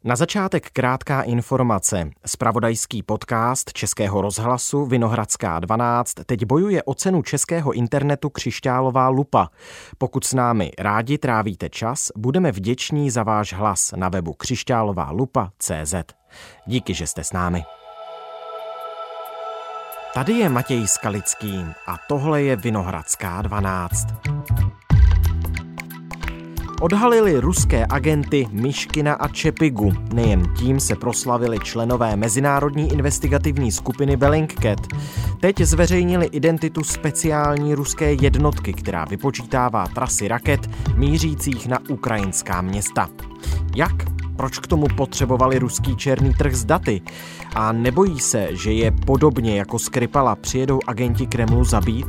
Na začátek krátká informace. Zpravodajský podcast Českého rozhlasu Vinohradská 12 teď bojuje o cenu českého internetu Křišťálová lupa. Pokud s námi rádi trávíte čas, budeme vděční za váš hlas na webu křišťálovalupa.cz. Díky, že jste s námi. Tady je Matěj Skalický a tohle je Vinohradská 12. Odhalili ruské agenty Myškina a Čepigu. Nejen tím se proslavili členové mezinárodní investigativní skupiny Bellingcat. Teď zveřejnili identitu speciální ruské jednotky, která vypočítává trasy raket mířících na ukrajinská města. Jak? Proč k tomu potřebovali ruský černý trh s daty? A nebojí se, že je podobně jako Skripala přijedou agenti Kremlu zabít?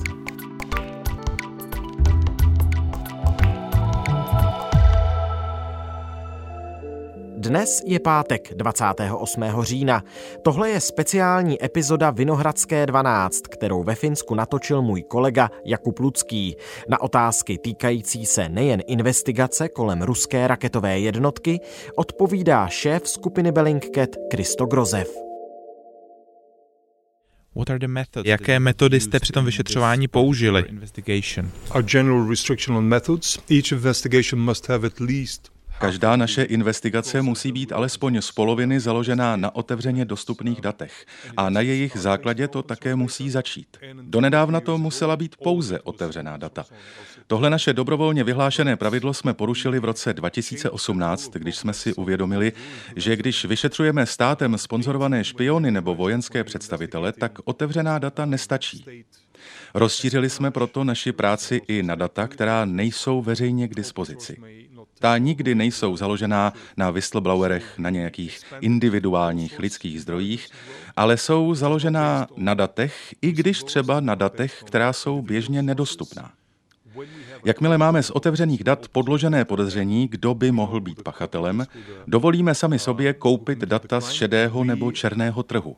Dnes je pátek 28. října. Tohle je speciální epizoda Vinohradské 12, kterou ve Finsku natočil můj kolega Jakub Lucký. Na otázky týkající se nejen investigace kolem ruské raketové jednotky odpovídá šéf skupiny Bellingcat Christo Grozev. Jaké metody jste při tom vyšetřování použili? Každá naše investigace musí být alespoň z poloviny založená na otevřeně dostupných datech a na jejich základě to také musí začít. Donedávna to musela být pouze otevřená data. Tohle naše dobrovolně vyhlášené pravidlo jsme porušili v roce 2018, když jsme si uvědomili, že když vyšetřujeme státem sponzorované špiony nebo vojenské představitele, tak otevřená data nestačí. Rozšířili jsme proto naši práci i na data, která nejsou veřejně k dispozici. Ta nikdy nejsou založená na whistleblowerech, na nějakých individuálních lidských zdrojích, ale jsou založená na datech, i když třeba na datech, která jsou běžně nedostupná. Jakmile máme z otevřených dat podložené podezření, kdo by mohl být pachatelem, dovolíme sami sobě koupit data z šedého nebo černého trhu.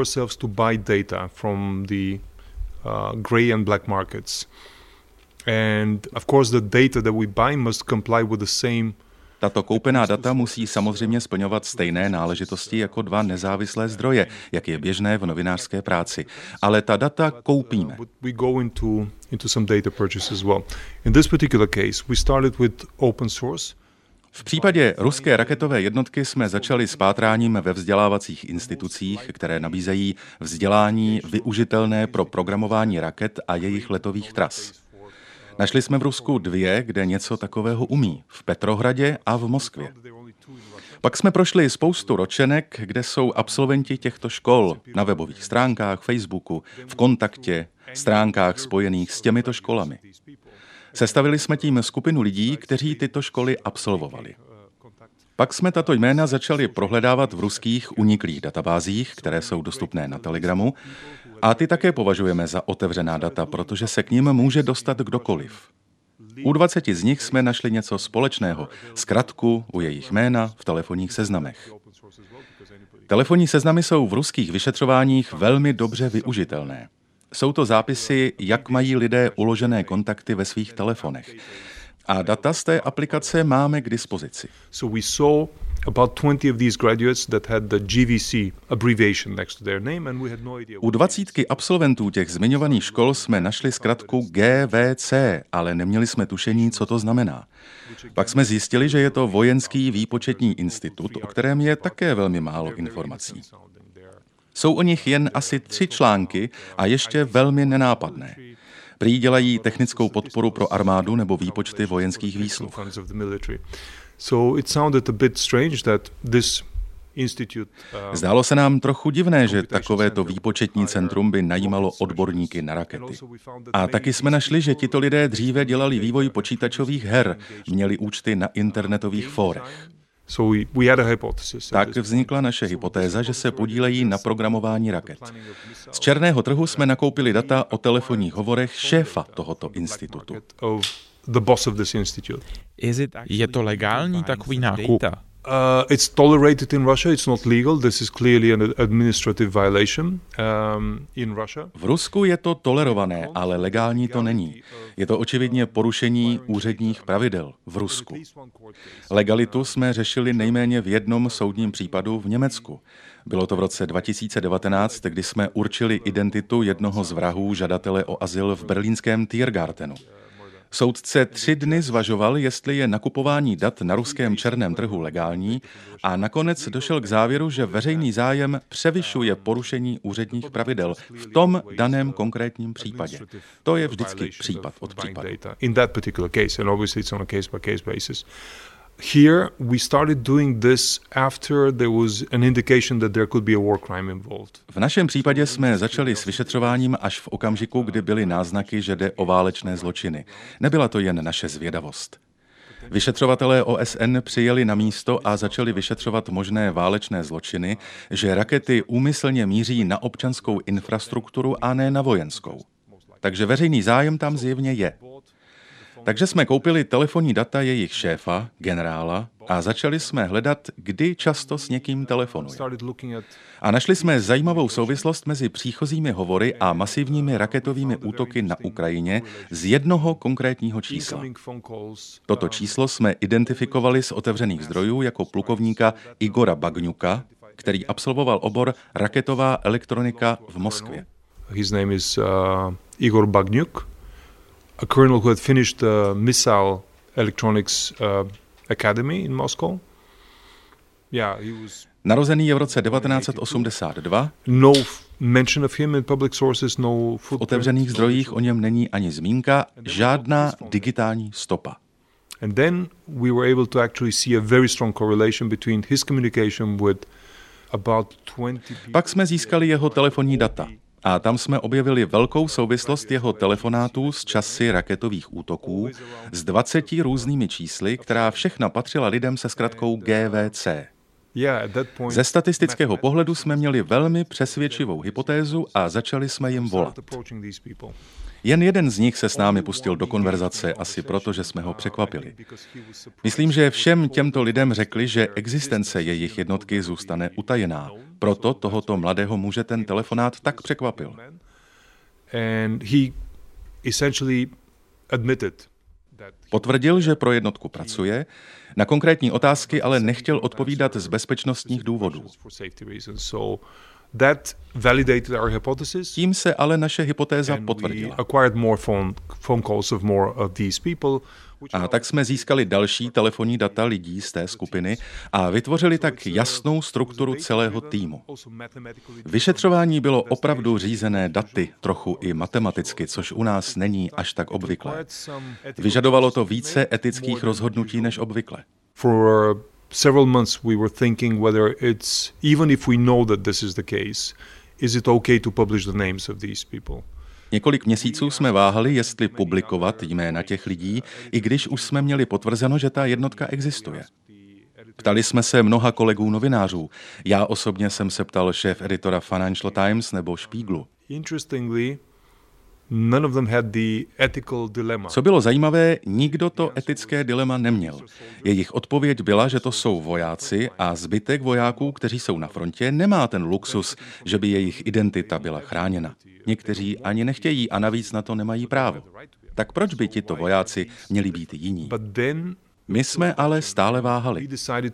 Gray and black markets. And of course the data that we buy must comply with the same. Tato koupená data musí samozřejmě splňovat stejné náležitosti jako dva nezávislé zdroje, jak je běžné v novinářské práci. Ale ta data koupíme. We go into some data purchase as well. In this particular case, we started with open source. V případě ruské raketové jednotky jsme začali s pátráním ve vzdělávacích institucích, které nabízejí vzdělání využitelné pro programování raket a jejich letových tras. Našli jsme v Rusku dvě, kde něco takového umí, v Petrohradě a v Moskvě. Pak jsme prošli spoustu ročenek, kde jsou absolventi těchto škol, na webových stránkách, Facebooku, v kontaktě, stránkách spojených s těmito školami. Sestavili jsme tím skupinu lidí, kteří tyto školy absolvovali. Pak jsme tato jména začali prohledávat v ruských uniklých databázích, které jsou dostupné na Telegramu, a ty také považujeme za otevřená data, protože se k nim může dostat kdokoliv. U 20 z nich jsme našli něco společného, zkratku u jejich jména v telefonních seznamech. Telefonní seznamy jsou v ruských vyšetřováních velmi dobře využitelné. Jsou to zápisy, jak mají lidé uložené kontakty ve svých telefonech. A data z té aplikace máme k dispozici. So we saw about 20 of these graduates that had the GVC abbreviation next to their name and we had no idea. U 20 absolventů těch zmiňovaných škol jsme našli zkratku GVC, ale neměli jsme tušení, co to znamená. Pak jsme zjistili, že je to vojenský výpočetní institut, o kterém je také velmi málo informací. Jsou o nich jen asi 3 články a ještě velmi nenápadné. Prý dělají technickou podporu pro armádu nebo výpočty vojenských výsluh. Zdálo se nám trochu divné, že takovéto výpočetní centrum by najímalo odborníky na rakety. A taky jsme našli, že tito lidé dříve dělali vývoj počítačových her, měli účty na internetových fórech. Tak vznikla naše hypotéza, že se podílejí na programování raket. Z černého trhu jsme nakoupili data o telefonních hovorech šéfa tohoto institutu. Je to legální takový nákup? It's tolerated in Russia. It's not legal. This is clearly an administrative violation in Russia. V Rusku je to tolerované, ale legální to není. Je to očividně porušení úředních pravidel v Rusku. Legalitu jsme řešili nejméně v jednom soudním případu v Německu. Bylo to v roce 2019, kdy jsme určili identitu jednoho z vrahů žadatele o azyl v berlínském Tiergartenu. Soudce 3 dny zvažoval, jestli je nakupování dat na ruském černém trhu legální a nakonec došel k závěru, že veřejný zájem převyšuje porušení úředních pravidel v tom daném konkrétním případě. To je vždycky případ od případu. Here we started doing this after there was an indication that there could be a war crime involved. V našem případě jsme začali s vyšetřováním až v okamžiku, kdy byly náznaky, že jde o válečné zločiny. Nebyla to jen naše zvědavost. Vyšetřovatelé OSN přijeli na místo a začali vyšetřovat možné válečné zločiny, že rakety úmyslně míří na občanskou infrastrukturu a ne na vojenskou. Takže veřejný zájem tam zjevně je. Takže jsme koupili telefonní data jejich šéfa, generála, a začali jsme hledat, kdy často s někým telefonuje. A našli jsme zajímavou souvislost mezi příchozími hovory a masivními raketovými útoky na Ukrajině z jednoho konkrétního čísla. Toto číslo jsme identifikovali z otevřených zdrojů jako plukovníka Igora Bagňuka, který absolvoval obor raketová elektronika v Moskvě. His name is Igor Bagňuk. A colonel who had finished the Missile Electronics Academy in Moscow. Yeah, he was. Narozený je v roce 1982. No mention of him in public sources, no v otevřených zdrojích o něm není ani zmínka, žádná digitální stopa. And then we were able to actually see a very strong correlation between his communication with about 20 people. Pak jsme získali jeho telefonní data. A tam jsme objevili velkou souvislost jeho telefonátů s časy raketových útoků s 20 různými čísly, která všechna patřila lidem se zkratkou GVC. Ze statistického pohledu jsme měli velmi přesvědčivou hypotézu a začali jsme jim volat. Jen jeden z nich se s námi pustil do konverzace, asi proto, že jsme ho překvapili. Myslím, že všem těmto lidem řekli, že existence jejich jednotky zůstane utajená. Proto tohoto mladého muže ten telefonát tak překvapil. Potvrdil, že pro jednotku pracuje, na konkrétní otázky ale nechtěl odpovídat z bezpečnostních důvodů. Tím se ale naše hypotéza potvrdila. A tak jsme získali další telefonní data lidí z té skupiny a vytvořili tak jasnou strukturu celého týmu. Vyšetřování bylo opravdu řízené daty, trochu i matematicky, což u nás není až tak obvyklé. Vyžadovalo to více etických rozhodnutí než obvykle. Several months we were thinking whether it's, even if we know that this is the case, is it okay to publish the names of these people? Několik měsíců jsme váhali, jestli publikovat jména těch lidí, i když už jsme měli potvrzeno, že ta jednotka existuje. Ptali jsme se mnoha kolegů novinářů. Já osobně jsem se ptal šéf-editora Financial Times nebo Spiegelu. Interestingly, none of them had the ethical dilemma. Co bylo zajímavé, nikdo to etické dilema neměl. Jejich odpověď byla, že to jsou vojáci a zbytek vojáků, kteří jsou na frontě, nemá ten luxus, že by jejich identita byla chráněna. Někteří ani nechtějí a navíc na to nemají právo. Tak proč by tito vojáci měli být jiní? My jsme ale stále váhali.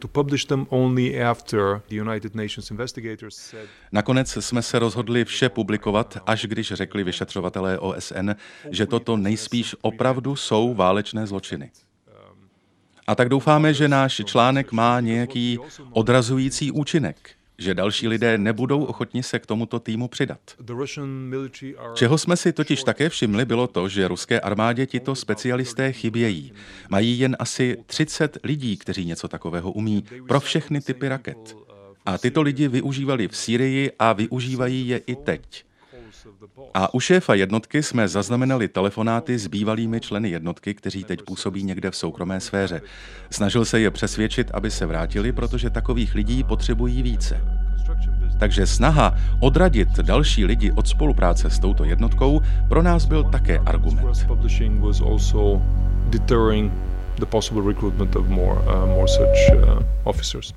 Nakonec jsme se rozhodli vše publikovat, až když řekli vyšetřovatelé OSN, že toto nejspíš opravdu jsou válečné zločiny. A tak doufáme, že náš článek má nějaký odrazující účinek, že další lidé nebudou ochotni se k tomuto týmu přidat. Čeho jsme si totiž také všimli, bylo to, že ruské armádě tito specialisté chybějí. Mají jen asi 30 lidí, kteří něco takového umí, pro všechny typy raket. A tyto lidi využívali v Sýrii a využívají je i teď. A u šéfa jednotky jsme zaznamenali telefonáty s bývalými členy jednotky, kteří teď působí někde v soukromé sféře. Snažil se je přesvědčit, aby se vrátili, protože takových lidí potřebují více. Takže snaha odradit další lidi od spolupráce s touto jednotkou pro nás byl také argument. the possible recruitment of more such officers.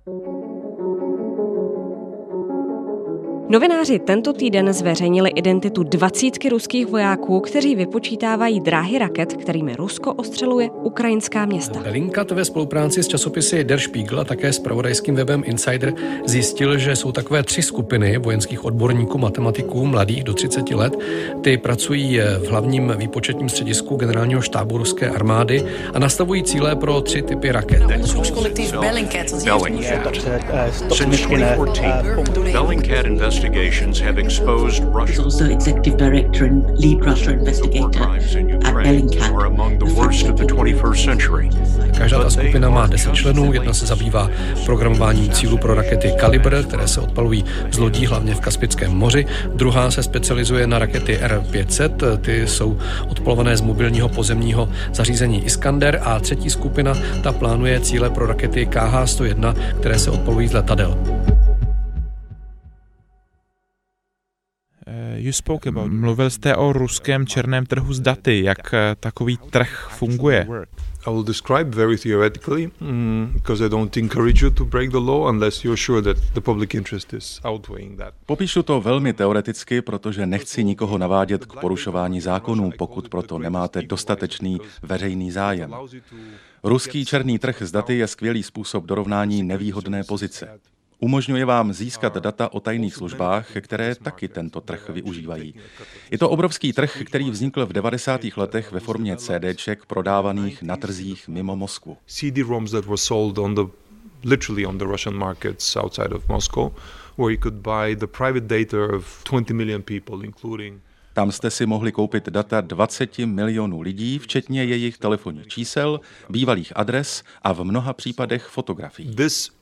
Novináři tento týden zveřejnili identitu 20 ruských vojáků, kteří vypočítávají dráhy raket, kterými Rusko ostřeluje ukrajinská města. Bellingcat ve spolupráci s časopisy Der Spiegel a také s zpravodajským webem Insider zjistil, že jsou takové 3 skupiny vojenských odborníků, matematiků, mladých do 30 let. Ty pracují v hlavním výpočetním středisku generálního štábu ruské armády a nastavují cíle pro 3 typy raket. Onderzoekscollectief Bellingcat. Since 2014, Bellingcat investigations have exposed Russian. Also executive director and lead Russia investigator at Bellingcat. Are among the worst of the 21st century. Každá ta skupina má 10 členů, jedna se zabývá programováním cílů pro rakety Kalibr, které se odpalují z lodí hlavně v Kaspickém moři. Druhá se specializuje na rakety R-500, ty jsou odpalované z mobilního pozemního zařízení Iskander, a třetí skupina ta plánuje cíle pro rakety KH-101, které se odpalují z letadel. Mluvil jste o ruském černém trhu s daty, jak takový trh funguje. I will describe very theoretically because I don't encourage you to break the law unless you're sure that the public interest is outweighing that. Popíšu to velmi teoreticky, protože nechci nikoho navádět k porušování zákonů, pokud proto nemáte dostatečný veřejný zájem. Ruský černý trh s daty je skvělý způsob dorovnání nevýhodné pozice. Umožňuje vám získat data o tajných službách, které taky tento trh využívají. Je to obrovský trh, který vznikl v 90. letech ve formě CDček prodávaných na trzích mimo Moskvu. CD-ROMs that were sold literally on the Russian markets outside of Moscow, where you could buy the private data of 20 million people, including. Tam jste si mohli koupit data 20 milionů lidí, včetně jejich telefonních čísel, bývalých adres a v mnoha případech fotografií.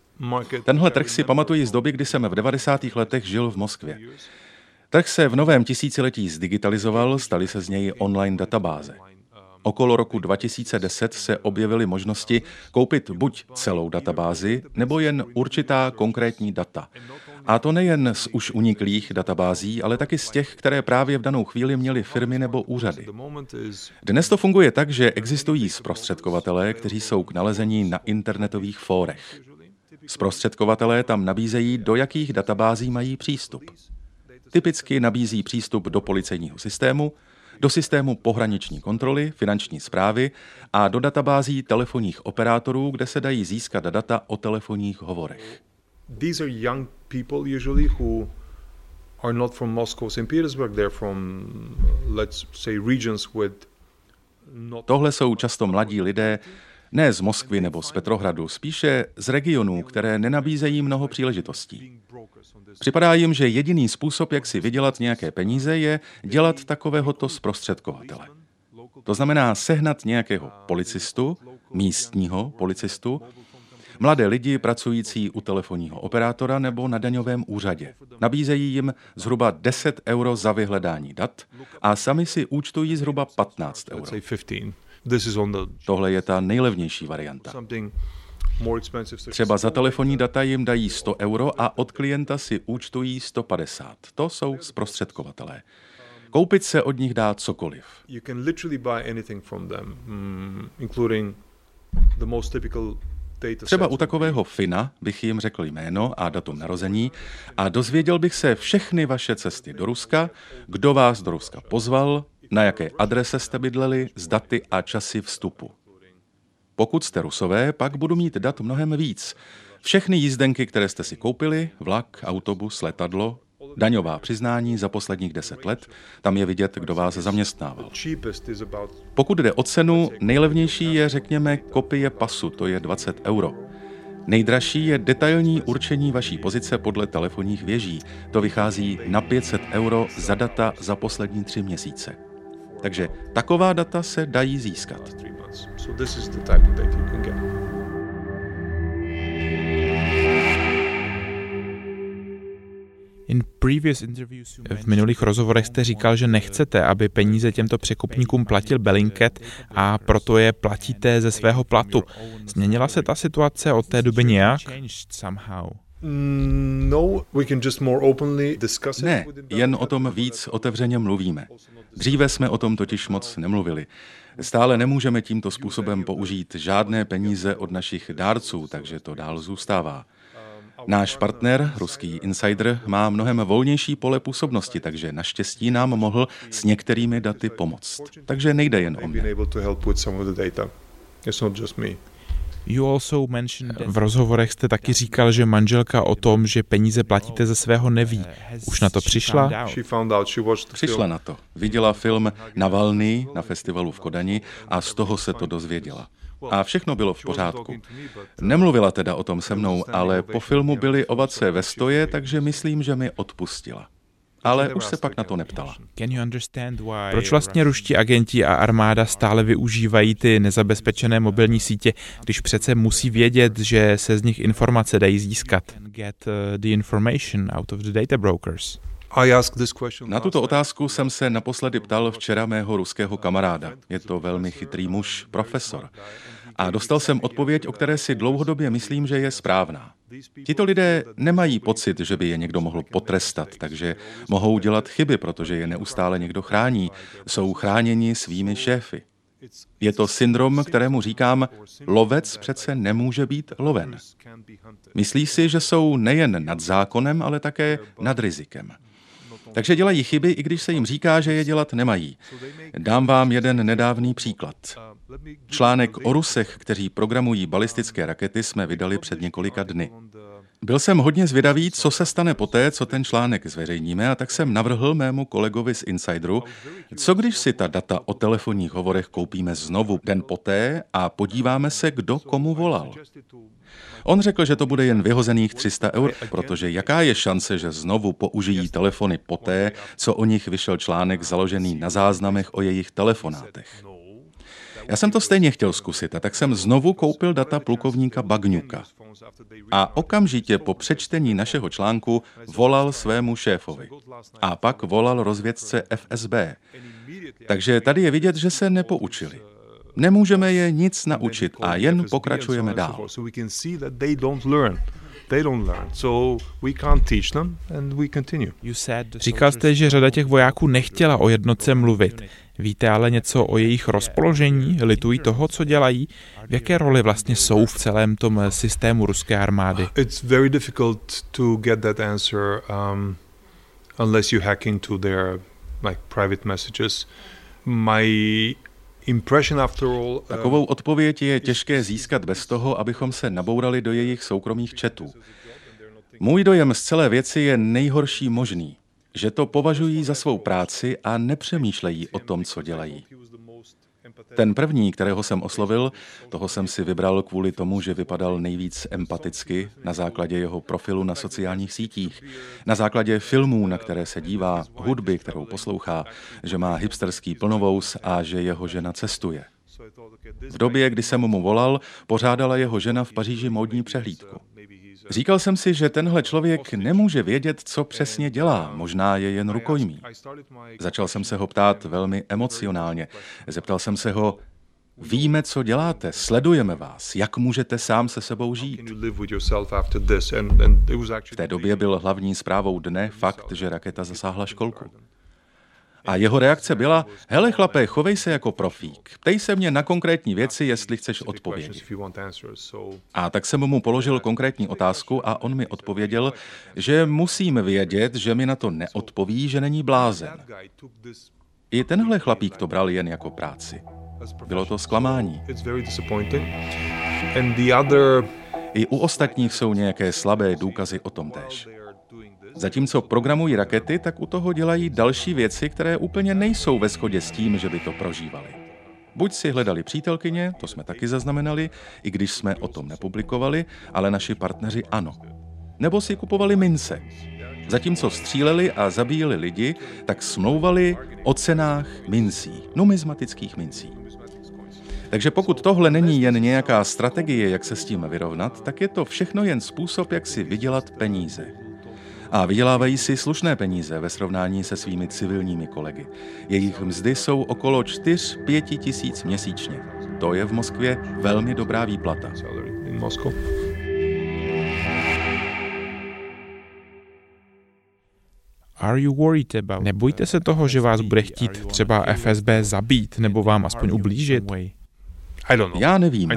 Tenhle trh si pamatuji z doby, kdy jsem v 90. letech žil v Moskvě. Trh se v novém tisíciletí zdigitalizoval, staly se z něj online databáze. Okolo roku 2010 se objevily možnosti koupit buď celou databázi, nebo jen určitá konkrétní data. A to nejen z už uniklých databází, ale taky z těch, které právě v danou chvíli měly firmy nebo úřady. Dnes to funguje tak, že existují zprostředkovatelé, kteří jsou k nalezení na internetových fórech. Zprostředkovatelé tam nabízejí, do jakých databází mají přístup. Typicky nabízí přístup do policejního systému, do systému pohraniční kontroly, finanční správy a do databází telefonních operátorů, kde se dají získat data o telefonních hovorech. These are young people usually who are not from Moscow, St. Petersburg, they're from, let's say, regions with not. Tohle jsou často mladí lidé, ne z Moskvy nebo z Petrohradu, spíše z regionů, které nenabízejí mnoho příležitostí. Připadá jim, že jediný způsob, jak si vydělat nějaké peníze, je dělat takovéhoto zprostředkovatele. To znamená sehnat nějakého policistu, místního policistu, mladé lidi pracující u telefonního operátora nebo na daňovém úřadě. Nabízejí jim zhruba 10 euro za vyhledání dat a sami si účtují zhruba 15 euro. Tohle je ta nejlevnější varianta. Třeba za telefonní data jim dají 100 euro a od klienta si účtují 150. To jsou zprostředkovatelé. Koupit se od nich dá cokoliv. Třeba u takového Fina bych jim řekl jméno a datum narození a dozvěděl bych se všechny vaše cesty do Ruska, kdo vás do Ruska pozval, na jaké adrese jste bydleli, s daty a časy vstupu. Pokud jste Rusové, pak budu mít dat mnohem víc. Všechny jízdenky, které jste si koupili, vlak, autobus, letadlo, daňová přiznání za posledních 10 let, tam je vidět, kdo vás zaměstnával. Pokud jde o cenu, nejlevnější je, řekněme, kopie pasu, to je 20 euro. Nejdražší je detailní určení vaší pozice podle telefonních věží. To vychází na 500 euro za data za poslední 3 měsíce. Takže taková data se dají získat. V minulých rozhovorech jste říkal, že nechcete, aby peníze těmto překupníkům platil Bellingcat a proto je platíte ze svého platu. Změnila se ta situace od té doby nějak? Ne, jen o tom víc otevřeně mluvíme. Dříve jsme o tom totiž moc nemluvili. Stále nemůžeme tímto způsobem použít žádné peníze od našich dárců, takže to dál zůstává. Náš partner, ruský insider, má mnohem volnější pole působnosti, takže naštěstí nám mohl s některými daty pomoct. Takže nejde jen o mě. V rozhovorech jste taky říkal, že manželka o tom, že peníze platíte ze svého, neví. Už na to přišla? Přišla na to. Viděla film Navalny na festivalu v Kodani a z toho se to dozvěděla. A všechno bylo v pořádku. Nemluvila teda o tom se mnou, ale po filmu byly ovace ve stoje, takže myslím, že mi odpustila. Ale už se pak na to neptala. Proč vlastně ruští agenti a armáda stále využívají ty nezabezpečené mobilní sítě, když přece musí vědět, že se z nich informace dají získat? Na tuto otázku jsem se naposledy ptal včera mého ruského kamaráda. Je to velmi chytrý muž, profesor. A dostal jsem odpověď, o které si dlouhodobě myslím, že je správná. Tito lidé nemají pocit, že by je někdo mohl potrestat, takže mohou dělat chyby, protože je neustále někdo chrání. Jsou chráněni svými šéfy. Je to syndrom, kterému říkám, lovec přece nemůže být loven. Myslí si, že jsou nejen nad zákonem, ale také nad rizikem. Takže dělají chyby, i když se jim říká, že je dělat nemají. Dám vám jeden nedávný příklad. Článek o Rusech, kteří programují balistické rakety, jsme vydali před několika dny. Byl jsem hodně zvědavý, co se stane poté, co ten článek zveřejníme, a tak jsem navrhl mému kolegovi z Insideru, co když si ta data o telefonních hovorech koupíme znovu den poté a podíváme se, kdo komu volal. On řekl, že to bude jen vyhozených 300 €, protože jaká je šance, že znovu použijí telefony poté, co o nich vyšel článek založený na záznamech o jejich telefonátech. Já jsem to stejně chtěl zkusit, a tak jsem znovu koupil data plukovníka Bagňuka. A okamžitě po přečtení našeho článku volal svému šéfovi. A pak volal rozvědce FSB. Takže tady je vidět, že se nepoučili. Nemůžeme je nic naučit a jen pokračujeme dál. Říkal jste, že řada těch vojáků nechtěla o jednotce mluvit. Víte ale něco o jejich rozpoložení? Litují toho, co dělají? V jaké roli vlastně jsou v celém tom systému ruské armády? It's very difficult to get that answer unless you hack into their private messages. Takovou odpověď je těžké získat bez toho, abychom se nabourali do jejich soukromých chatů. Můj dojem z celé věci je nejhorší možný, že to považují za svou práci a nepřemýšlejí o tom, co dělají. Ten první, kterého jsem oslovil, toho jsem si vybral kvůli tomu, že vypadal nejvíc empaticky na základě jeho profilu na sociálních sítích, na základě filmů, na které se dívá, hudby, kterou poslouchá, že má hipsterský plnovous a že jeho žena cestuje. V době, kdy jsem mu volal, pořádala jeho žena v Paříži módní přehlídku. Říkal jsem si, že tenhle člověk nemůže vědět, co přesně dělá, možná je jen rukojmí. Začal jsem se ho ptát velmi emocionálně. Zeptal jsem se ho, víme, co děláte, sledujeme vás, jak můžete sám se sebou žít. V té době byl hlavní zprávou dne fakt, že raketa zasáhla školku. A jeho reakce byla, hele chlape, chovej se jako profík, ptej se mě na konkrétní věci, jestli chceš odpovědět. A tak jsem mu položil konkrétní otázku a on mi odpověděl, že musím vědět, že mi na to neodpoví, že není blázen. I tenhle chlapík to bral jen jako práci. Bylo to zklamání. I u ostatních jsou nějaké slabé důkazy o tom též. Zatímco programují rakety, tak u toho dělají další věci, které úplně nejsou ve shodě s tím, že by to prožívali. Buď si hledali přítelkyně, to jsme taky zaznamenali, i když jsme o tom nepublikovali, ale naši partneři ano. Nebo si kupovali mince. Zatímco stříleli a zabíjeli lidi, tak smlouvali o cenách mincí, numizmatických mincí. Takže pokud tohle není jen nějaká strategie, jak se s tím vyrovnat, tak je to všechno jen způsob, jak si vydělat peníze. A vydělávají si slušné peníze ve srovnání se svými civilními kolegy. Jejich mzdy jsou okolo 4-5 tisíc měsíčně. To je v Moskvě velmi dobrá výplata. Nebojíte se toho, že vás bude chtít třeba FSB zabít nebo vám aspoň ublížit? Já nevím.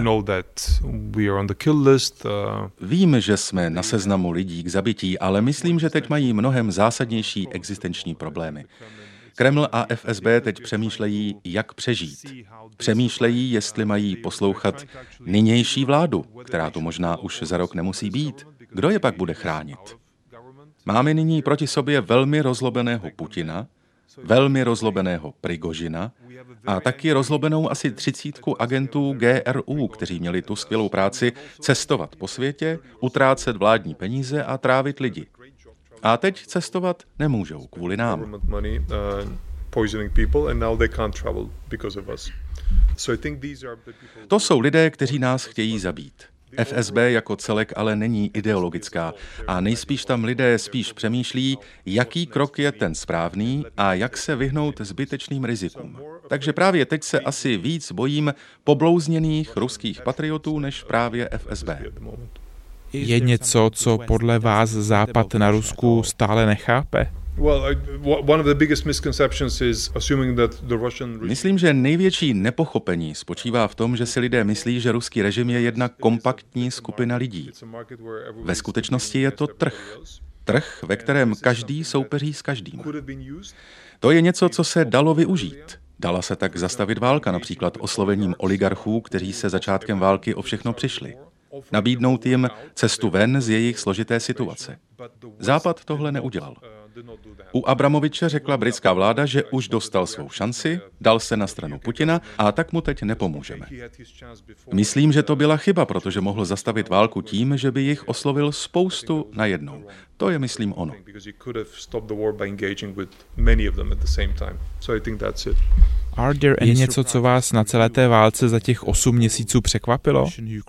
Vím, že jsme na seznamu lidí k zabití, ale myslím, že teď mají mnohem zásadnější existenční problémy. Kreml a FSB teď přemýšlejí, jak přežít. Přemýšlejí, jestli mají poslouchat nynější vládu, která tu možná už za rok nemusí být. Kdo je pak bude chránit? Máme nyní proti sobě velmi rozlobeného Putina, velmi rozlobeného Prigožina a taky rozlobenou asi 30 agentů GRU, kteří měli tu skvělou práci cestovat po světě, utrácet vládní peníze a trávit lidi. A teď cestovat nemůžou kvůli nám. To jsou lidé, kteří nás chtějí zabít. FSB jako celek ale není ideologická a nejspíš tam lidé spíš přemýšlí, jaký krok je ten správný a jak se vyhnout zbytečným rizikům. Takže právě teď se asi víc bojím poblouzněných ruských patriotů než právě FSB. Je něco, co podle vás Západ na Rusku stále nechápe? Myslím, že největší nepochopení spočívá v tom, že si lidé myslí, že ruský režim je jedna kompaktní skupina lidí. Ve skutečnosti je to trh. Trh, ve kterém každý soupeří s každým. To je něco, co se dalo využít. Dala se tak zastavit válka, například oslovením oligarchů, kteří se začátkem války o všechno přišli. Nabídnout jim cestu ven z jejich složité situace. Západ tohle neudělal. U Abramoviče řekla britská vláda, že už dostal svou šanci, dal se na stranu Putina a tak mu teď nepomůžeme. Myslím, že to byla chyba, protože mohl zastavit válku tím, že by jich oslovil spoustu najednou. To je, myslím, ono. Je něco, co vás na celé té válce za těch 8 měsíců překvapilo?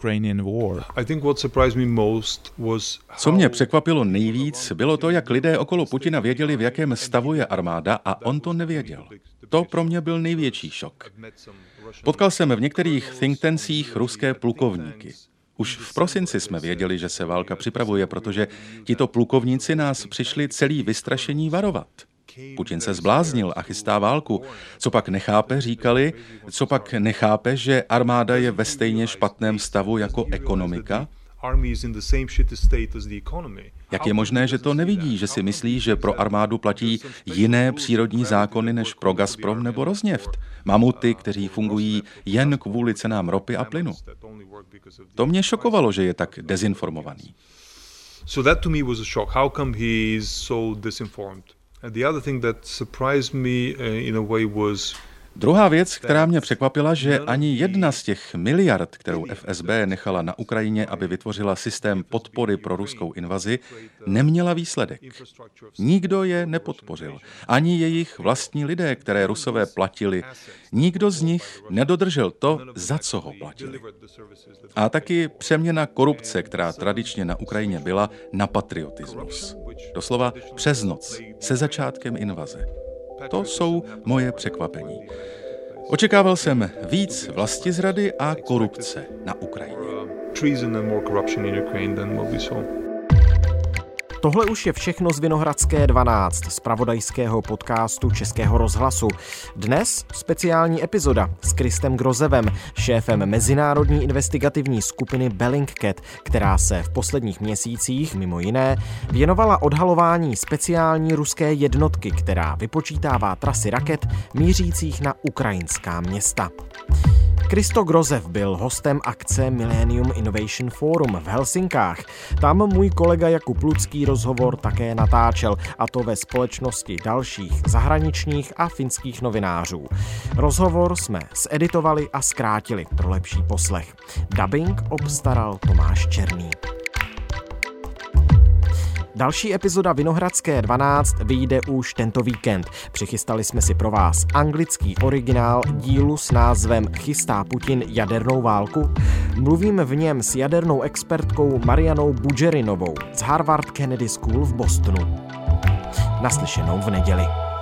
Co mě překvapilo nejvíc, bylo to, jak lidé okolo Putina věděli, v jakém stavu je armáda, a on to nevěděl. To pro mě byl největší šok. Potkal jsem v některých think tancích ruské plukovníky. Už v prosinci jsme věděli, že se válka připravuje, protože tito plukovníci nás přišli celý vystrašení varovat. Putin se zbláznil a chystá válku. Co pak nechápe, říkali, co pak nechápe, že armáda je ve stejně špatném stavu jako ekonomika? Jak je možné, že to nevidí, že si myslí, že pro armádu platí jiné přírodní zákony než pro Gazprom nebo Rosneft? Mamuty, kteří fungují jen kvůli cenám ropy a plynu. To mě šokovalo, že je tak dezinformovaný. So that to me was a shock. How come he is so disinformed? And the other thing that surprised me in a way was Druhá věc, která mě překvapila, že ani jedna z těch miliard, kterou FSB nechala na Ukrajině, aby vytvořila systém podpory pro ruskou invazi, neměla výsledek. Nikdo je nepodpořil. Ani jejich vlastní lidé, které Rusové platili. Nikdo z nich nedodržel to, za co ho platili. A taky přeměna korupce, která tradičně na Ukrajině byla, na patriotismus. Doslova přes noc, se začátkem invaze. To jsou moje překvapení. Očekával jsem víc vlastizrady a korupce na Ukrajině. Tohle už je všechno z Vinohradské 12, zpravodajského podcastu Českého rozhlasu. Dnes speciální epizoda s Kristem Grozevem, šéfem mezinárodní investigativní skupiny Bellingcat, která se v posledních měsících, mimo jiné, věnovala odhalování speciální ruské jednotky, která vypočítává trasy raket mířících na ukrajinská města. Kristo Grozev byl hostem akce Millennium Innovation Forum v Helsinkách. Tam můj kolega Jakub Lucký rozhovor také natáčel, a to ve společnosti dalších zahraničních a finských novinářů. Rozhovor jsme zeditovali a zkrátili pro lepší poslech. Dubbing obstaral Tomáš Černý. Další epizoda Vinohradské 12 vyjde už tento víkend. Přichystali jsme si pro vás anglický originál dílu s názvem Chystá Putin jadernou válku? Mluvím v něm s jadernou expertkou Marianou Budžerinovou z Harvard Kennedy School v Bostonu. Naslyšenou v neděli.